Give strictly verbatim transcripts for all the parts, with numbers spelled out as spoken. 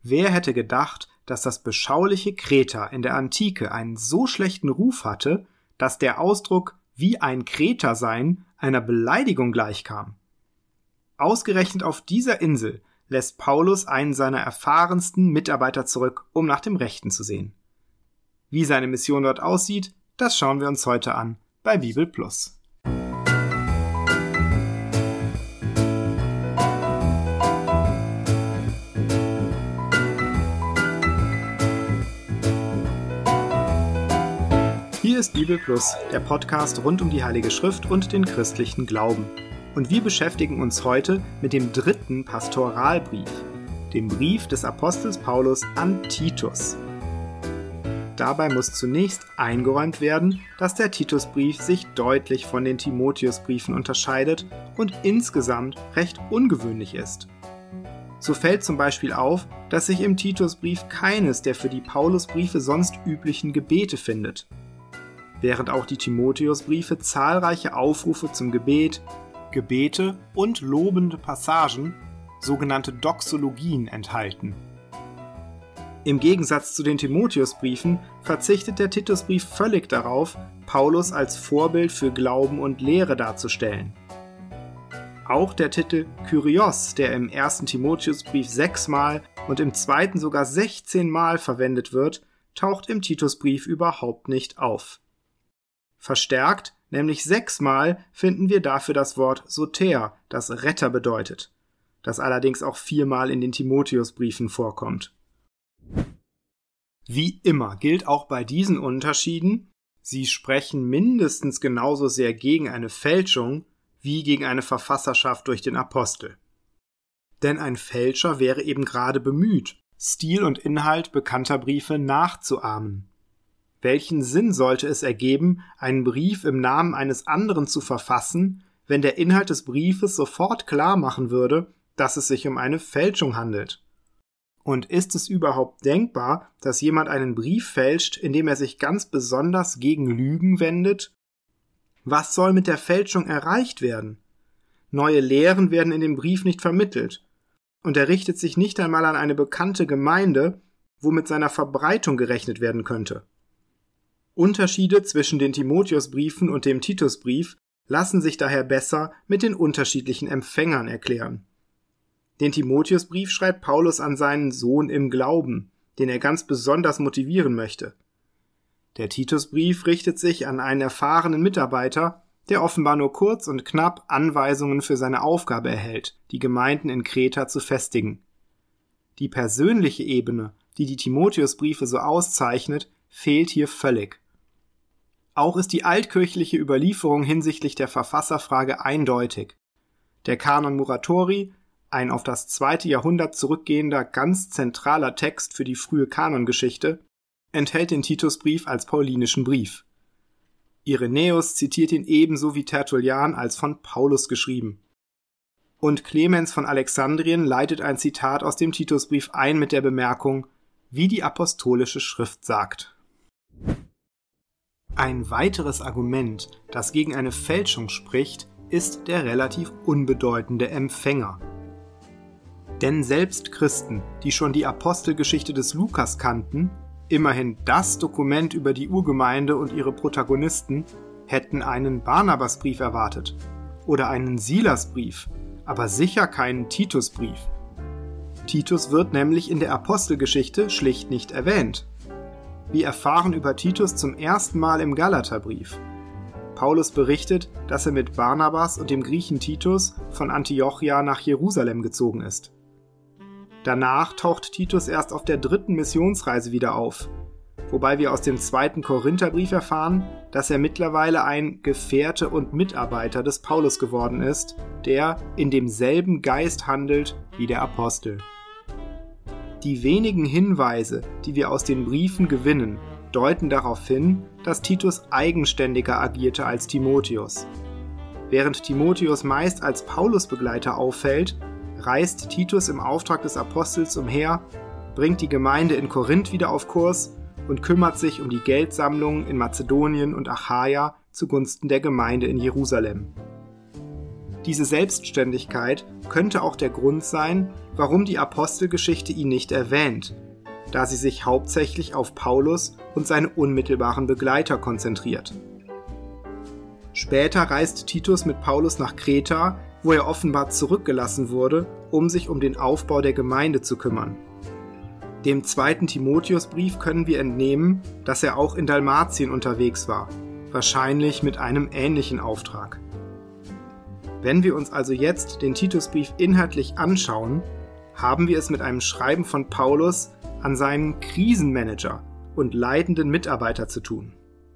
Wer hätte gedacht, dass das beschauliche Kreta in der Antike einen so schlechten Ruf hatte, dass der Ausdruck „wie ein Kreter sein“ einer Beleidigung gleichkam? Ausgerechnet auf dieser Insel lässt Paulus einen seiner erfahrensten Mitarbeiter zurück, um nach dem Rechten zu sehen. Wie seine Mission dort aussieht, das schauen wir uns heute an bei Bibel Plus. Hier ist Bibel Plus, der Podcast rund um die Heilige Schrift und den christlichen Glauben. Und wir beschäftigen uns heute mit dem dritten Pastoralbrief, dem Brief des Apostels Paulus an Titus. Dabei muss zunächst eingeräumt werden, dass der Titusbrief sich deutlich von den Timotheusbriefen unterscheidet und insgesamt recht ungewöhnlich ist. So fällt zum Beispiel auf, dass sich im Titusbrief keines der für die Paulusbriefe sonst üblichen Gebete findet. Während auch die Timotheusbriefe zahlreiche Aufrufe zum Gebet, Gebete und lobende Passagen, sogenannte Doxologien, enthalten. Im Gegensatz zu den Timotheusbriefen verzichtet der Titusbrief völlig darauf, Paulus als Vorbild für Glauben und Lehre darzustellen. Auch der Titel Kyrios, der im ersten Timotheusbrief sechsmal und im zweiten sogar sechzehnmal verwendet wird, taucht im Titusbrief überhaupt nicht auf. Verstärkt, nämlich sechsmal, finden wir dafür das Wort Soter, das Retter bedeutet, das allerdings auch viermal in den Timotheusbriefen vorkommt. Wie immer gilt auch bei diesen Unterschieden, sie sprechen mindestens genauso sehr gegen eine Fälschung wie gegen eine Verfasserschaft durch den Apostel. Denn ein Fälscher wäre eben gerade bemüht, Stil und Inhalt bekannter Briefe nachzuahmen. Welchen Sinn sollte es ergeben, einen Brief im Namen eines anderen zu verfassen, wenn der Inhalt des Briefes sofort klar machen würde, dass es sich um eine Fälschung handelt? Und ist es überhaupt denkbar, dass jemand einen Brief fälscht, indem er sich ganz besonders gegen Lügen wendet? Was soll mit der Fälschung erreicht werden? Neue Lehren werden in dem Brief nicht vermittelt. Und er richtet sich nicht einmal an eine bekannte Gemeinde, wo mit seiner Verbreitung gerechnet werden könnte. Unterschiede zwischen den Timotheusbriefen und dem Titusbrief lassen sich daher besser mit den unterschiedlichen Empfängern erklären. Den Timotheusbrief schreibt Paulus an seinen Sohn im Glauben, den er ganz besonders motivieren möchte. Der Titusbrief richtet sich an einen erfahrenen Mitarbeiter, der offenbar nur kurz und knapp Anweisungen für seine Aufgabe erhält, die Gemeinden in Kreta zu festigen. Die persönliche Ebene, die die Timotheusbriefe so auszeichnet, fehlt hier völlig. Auch ist die altkirchliche Überlieferung hinsichtlich der Verfasserfrage eindeutig. Der Kanon Muratori, ein auf das zweite Jahrhundert zurückgehender, ganz zentraler Text für die frühe Kanongeschichte, enthält den Titusbrief als paulinischen Brief. Irenäus zitiert ihn ebenso wie Tertullian als von Paulus geschrieben. Und Clemens von Alexandrien leitet ein Zitat aus dem Titusbrief ein mit der Bemerkung, wie die apostolische Schrift sagt. Ein weiteres Argument, das gegen eine Fälschung spricht, ist der relativ unbedeutende Empfänger. Denn selbst Christen, die schon die Apostelgeschichte des Lukas kannten, immerhin das Dokument über die Urgemeinde und ihre Protagonisten, hätten einen Barnabasbrief erwartet oder einen Silasbrief, aber sicher keinen Titusbrief. Titus wird nämlich in der Apostelgeschichte schlicht nicht erwähnt. Wir erfahren über Titus zum ersten Mal im Galaterbrief. Paulus berichtet, dass er mit Barnabas und dem Griechen Titus von Antiochia nach Jerusalem gezogen ist. Danach taucht Titus erst auf der dritten Missionsreise wieder auf, wobei wir aus dem zweiten Korintherbrief erfahren, dass er mittlerweile ein Gefährte und Mitarbeiter des Paulus geworden ist, der in demselben Geist handelt wie der Apostel. Die wenigen Hinweise, die wir aus den Briefen gewinnen, deuten darauf hin, dass Titus eigenständiger agierte als Timotheus. Während Timotheus meist als Paulusbegleiter auffällt, reist Titus im Auftrag des Apostels umher, bringt die Gemeinde in Korinth wieder auf Kurs und kümmert sich um die Geldsammlungen in Mazedonien und Achaia zugunsten der Gemeinde in Jerusalem. Diese Selbstständigkeit könnte auch der Grund sein, warum die Apostelgeschichte ihn nicht erwähnt, da sie sich hauptsächlich auf Paulus und seine unmittelbaren Begleiter konzentriert. Später reist Titus mit Paulus nach Kreta, wo er offenbar zurückgelassen wurde, um sich um den Aufbau der Gemeinde zu kümmern. Dem zweiten Timotheusbrief können wir entnehmen, dass er auch in Dalmatien unterwegs war, wahrscheinlich mit einem ähnlichen Auftrag. Wenn wir uns also jetzt den Titusbrief inhaltlich anschauen, haben wir es mit einem Schreiben von Paulus an seinen Krisenmanager und leitenden Mitarbeiter zu tun.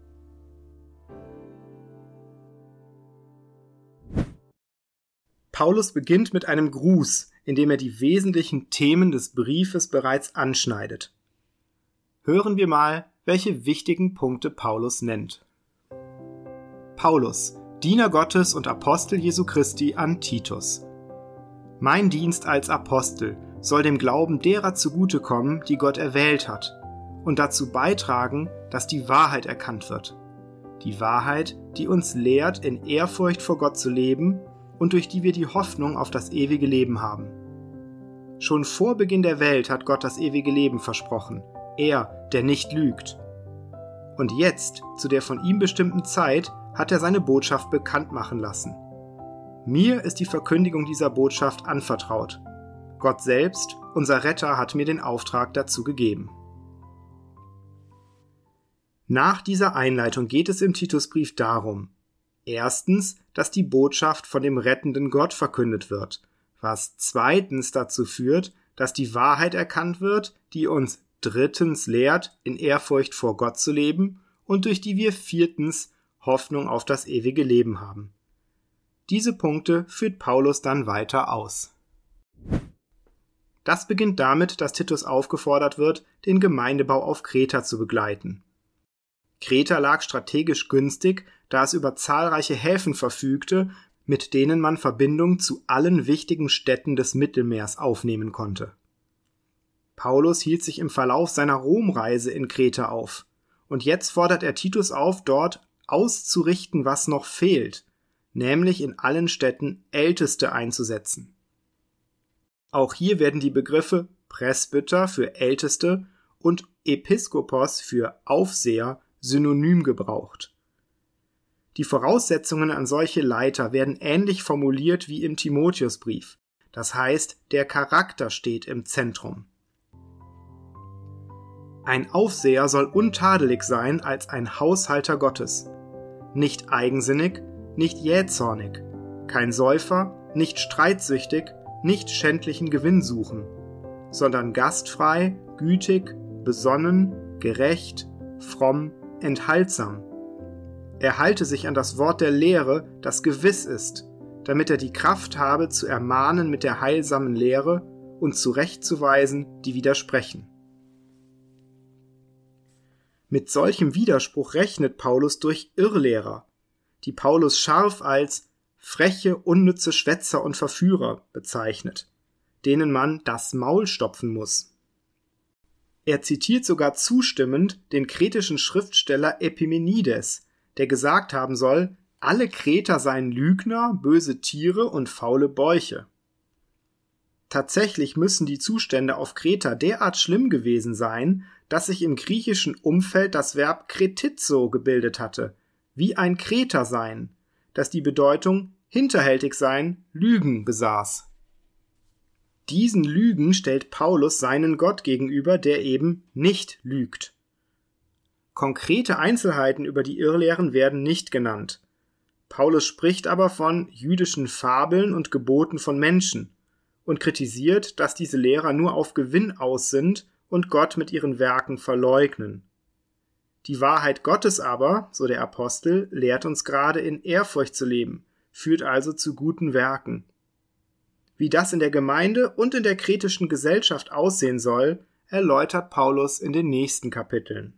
Paulus beginnt mit einem Gruß, in dem er die wesentlichen Themen des Briefes bereits anschneidet. Hören wir mal, welche wichtigen Punkte Paulus nennt. Paulus, Diener Gottes und Apostel Jesu Christi an Titus. Mein Dienst als Apostel soll dem Glauben derer zugutekommen, die Gott erwählt hat, und dazu beitragen, dass die Wahrheit erkannt wird. Die Wahrheit, die uns lehrt, in Ehrfurcht vor Gott zu leben und durch die wir die Hoffnung auf das ewige Leben haben. Schon vor Beginn der Welt hat Gott das ewige Leben versprochen, er, der nicht lügt. Und jetzt, zu der von ihm bestimmten Zeit, hat er seine Botschaft bekannt machen lassen. Mir ist die Verkündigung dieser Botschaft anvertraut. Gott selbst, unser Retter, hat mir den Auftrag dazu gegeben. Nach dieser Einleitung geht es im Titusbrief darum, erstens, dass die Botschaft von dem rettenden Gott verkündet wird, was zweitens dazu führt, dass die Wahrheit erkannt wird, die uns drittens lehrt, in Ehrfurcht vor Gott zu leben und durch die wir viertens Hoffnung auf das ewige Leben haben. Diese Punkte führt Paulus dann weiter aus. Das beginnt damit, dass Titus aufgefordert wird, den Gemeindebau auf Kreta zu begleiten. Kreta lag strategisch günstig, da es über zahlreiche Häfen verfügte, mit denen man Verbindung zu allen wichtigen Städten des Mittelmeers aufnehmen konnte. Paulus hielt sich im Verlauf seiner Romreise in Kreta auf, und jetzt fordert er Titus auf, dort auszurichten, was noch fehlt, nämlich in allen Städten Älteste einzusetzen. Auch hier werden die Begriffe Presbyter für Älteste und Episkopos für Aufseher synonym gebraucht. Die Voraussetzungen an solche Leiter werden ähnlich formuliert wie im Timotheusbrief. Das heißt, der Charakter steht im Zentrum. Ein Aufseher soll untadelig sein als ein Haushalter Gottes. Nicht eigensinnig, nicht jähzornig, kein Säufer, nicht streitsüchtig, nicht schändlichen Gewinn suchen, sondern gastfrei, gütig, besonnen, gerecht, fromm, enthaltsam. Er halte sich an das Wort der Lehre, das gewiss ist, damit er die Kraft habe, zu ermahnen mit der heilsamen Lehre und zurechtzuweisen, die widersprechen. Mit solchem Widerspruch rechnet Paulus durch Irrlehrer, die Paulus scharf als freche, unnütze Schwätzer und Verführer bezeichnet, denen man das Maul stopfen muss. Er zitiert sogar zustimmend den kretischen Schriftsteller Epimenides, der gesagt haben soll, alle Kreter seien Lügner, böse Tiere und faule Bäuche. Tatsächlich müssen die Zustände auf Kreta derart schlimm gewesen sein, dass sich im griechischen Umfeld das Verb kretizo gebildet hatte, wie ein Kreter sein, das die Bedeutung hinterhältig sein, Lügen besaß. Diesen Lügen stellt Paulus seinen Gott gegenüber, der eben nicht lügt. Konkrete Einzelheiten über die Irrlehren werden nicht genannt. Paulus spricht aber von jüdischen Fabeln und Geboten von Menschen und kritisiert, dass diese Lehrer nur auf Gewinn aus sind und Gott mit ihren Werken verleugnen. Die Wahrheit Gottes aber, so der Apostel, lehrt uns gerade in Ehrfurcht zu leben, führt also zu guten Werken. Wie das in der Gemeinde und in der kretischen Gesellschaft aussehen soll, erläutert Paulus in den nächsten Kapiteln.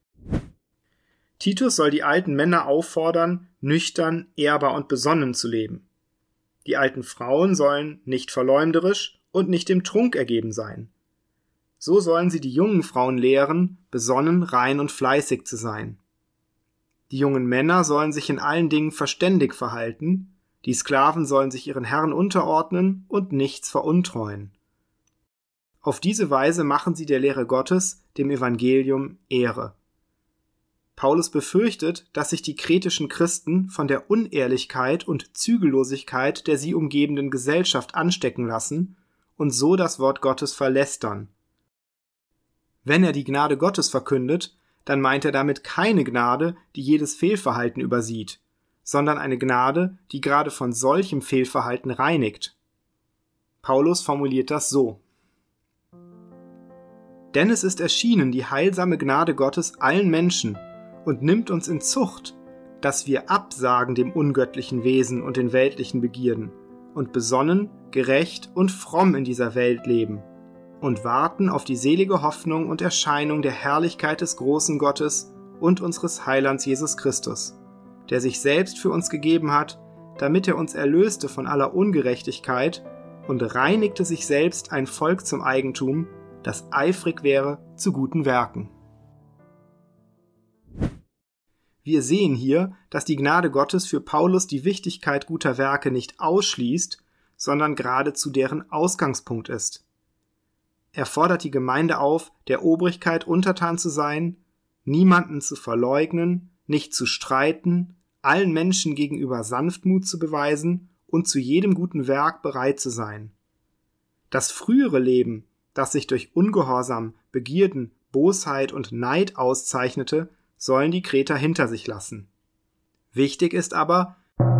Titus soll die alten Männer auffordern, nüchtern, ehrbar und besonnen zu leben. Die alten Frauen sollen nicht verleumderisch und nicht dem Trunk ergeben sein. So sollen sie die jungen Frauen lehren, besonnen, rein und fleißig zu sein. Die jungen Männer sollen sich in allen Dingen verständig verhalten, Die Sklaven sollen sich ihren Herren unterordnen und nichts veruntreuen. Auf diese Weise machen sie der Lehre Gottes, dem Evangelium, Ehre. Paulus befürchtet, dass sich die kretischen Christen von der Unehrlichkeit und Zügellosigkeit der sie umgebenden Gesellschaft anstecken lassen und so das Wort Gottes verlästern. Wenn er die Gnade Gottes verkündet, dann meint er damit keine Gnade, die jedes Fehlverhalten übersieht, sondern eine Gnade, die gerade von solchem Fehlverhalten reinigt. Paulus formuliert das so: Denn es ist erschienen die heilsame Gnade Gottes allen Menschen und nimmt uns in Zucht, dass wir absagen dem ungöttlichen Wesen und den weltlichen Begierden und besonnen, gerecht und fromm in dieser Welt leben und warten auf die selige Hoffnung und Erscheinung der Herrlichkeit des großen Gottes und unseres Heilands Jesus Christus, der sich selbst für uns gegeben hat, damit er uns erlöste von aller Ungerechtigkeit und reinigte sich selbst ein Volk zum Eigentum, das eifrig wäre zu guten Werken. Wir sehen hier, dass die Gnade Gottes für Paulus die Wichtigkeit guter Werke nicht ausschließt, sondern geradezu deren Ausgangspunkt ist. Er fordert die Gemeinde auf, der Obrigkeit untertan zu sein, niemanden zu verleugnen, nicht zu streiten, allen Menschen gegenüber Sanftmut zu beweisen und zu jedem guten Werk bereit zu sein. Das frühere Leben, das sich durch Ungehorsam, Begierden, Bosheit und Neid auszeichnete, sollen die Kreter hinter sich lassen. Wichtig ist aber,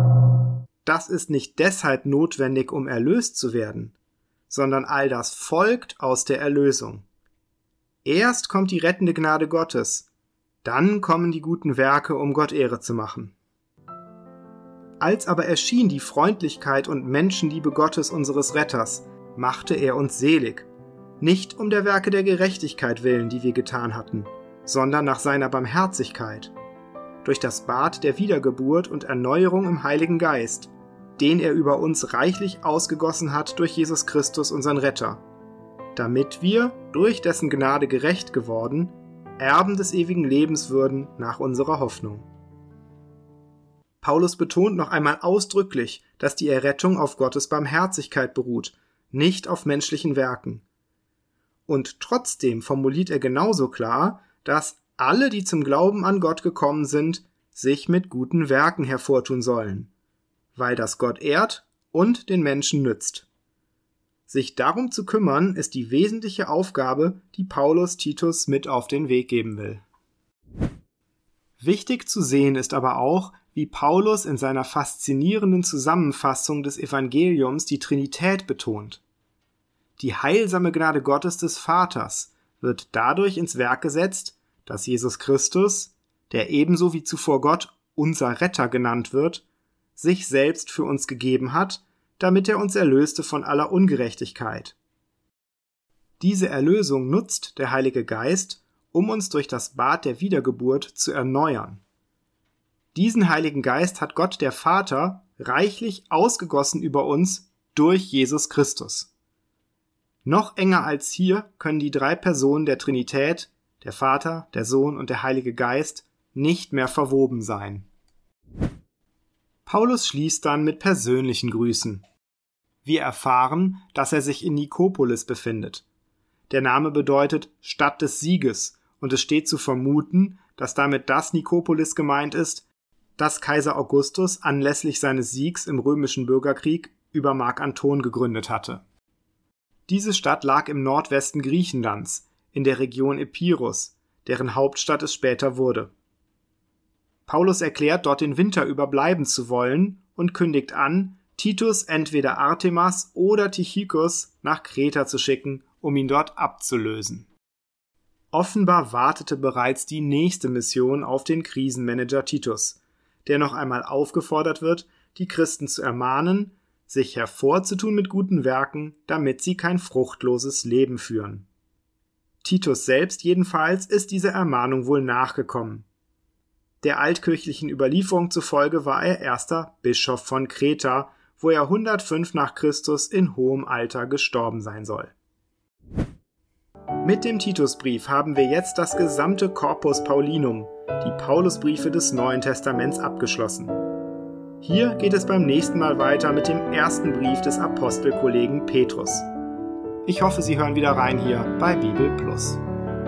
das ist nicht deshalb notwendig, um erlöst zu werden, sondern all das folgt aus der Erlösung. Erst kommt die rettende Gnade Gottes, dann kommen die guten Werke, um Gott Ehre zu machen. Als aber erschien die Freundlichkeit und Menschenliebe Gottes unseres Retters, machte er uns selig, nicht um der Werke der Gerechtigkeit willen, die wir getan hatten, sondern nach seiner Barmherzigkeit, durch das Bad der Wiedergeburt und Erneuerung im Heiligen Geist, den er über uns reichlich ausgegossen hat durch Jesus Christus, unseren Retter, damit wir, durch dessen Gnade gerecht geworden, Erben des ewigen Lebens würden nach unserer Hoffnung. Paulus betont noch einmal ausdrücklich, dass die Errettung auf Gottes Barmherzigkeit beruht, nicht auf menschlichen Werken. Und trotzdem formuliert er genauso klar, dass alle, die zum Glauben an Gott gekommen sind, sich mit guten Werken hervortun sollen, weil das Gott ehrt und den Menschen nützt. Sich darum zu kümmern, ist die wesentliche Aufgabe, die Paulus Titus mit auf den Weg geben will. Wichtig zu sehen ist aber auch, wie Paulus in seiner faszinierenden Zusammenfassung des Evangeliums die Trinität betont. Die heilsame Gnade Gottes des Vaters wird dadurch ins Werk gesetzt, dass Jesus Christus, der ebenso wie zuvor Gott unser Retter genannt wird, sich selbst für uns gegeben hat, damit er uns erlöste von aller Ungerechtigkeit. Diese Erlösung nutzt der Heilige Geist, um uns durch das Bad der Wiedergeburt zu erneuern. Diesen Heiligen Geist hat Gott der Vater reichlich ausgegossen über uns durch Jesus Christus. Noch enger als hier können die drei Personen der Trinität, der Vater, der Sohn und der Heilige Geist, nicht mehr verwoben sein. Paulus schließt dann mit persönlichen Grüßen. Wir erfahren, dass er sich in Nikopolis befindet. Der Name bedeutet Stadt des Sieges und es steht zu vermuten, dass damit das Nikopolis gemeint ist, das Kaiser Augustus anlässlich seines Siegs im römischen Bürgerkrieg über Mark Anton gegründet hatte. Diese Stadt lag im Nordwesten Griechenlands, in der Region Epirus, deren Hauptstadt es später wurde. Paulus erklärt, dort den Winter über bleiben zu wollen und kündigt an, Titus entweder Artemas oder Tychicus nach Kreta zu schicken, um ihn dort abzulösen. Offenbar wartete bereits die nächste Mission auf den Krisenmanager Titus, der noch einmal aufgefordert wird, die Christen zu ermahnen, sich hervorzutun mit guten Werken, damit sie kein fruchtloses Leben führen. Titus selbst jedenfalls ist dieser Ermahnung wohl nachgekommen. Der altkirchlichen Überlieferung zufolge war er erster Bischof von Kreta, wo er hundertfünf nach Christus in hohem Alter gestorben sein soll. Mit dem Titusbrief haben wir jetzt das gesamte Corpus Paulinum, die Paulusbriefe des Neuen Testaments, abgeschlossen. Hier geht es beim nächsten Mal weiter mit dem ersten Brief des Apostelkollegen Petrus. Ich hoffe, Sie hören wieder rein hier bei Bibel Plus.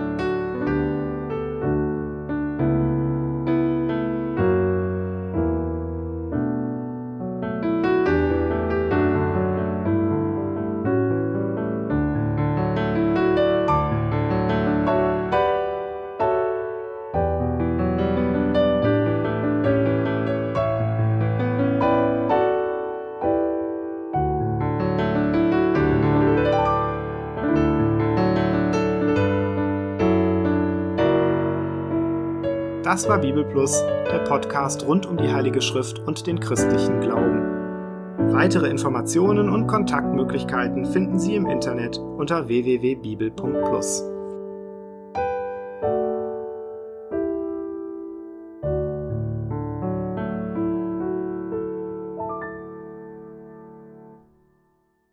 Das war Bibel Plus, der Podcast rund um die Heilige Schrift und den christlichen Glauben. Weitere Informationen und Kontaktmöglichkeiten finden Sie im Internet unter w w w punkt bibel punkt plus.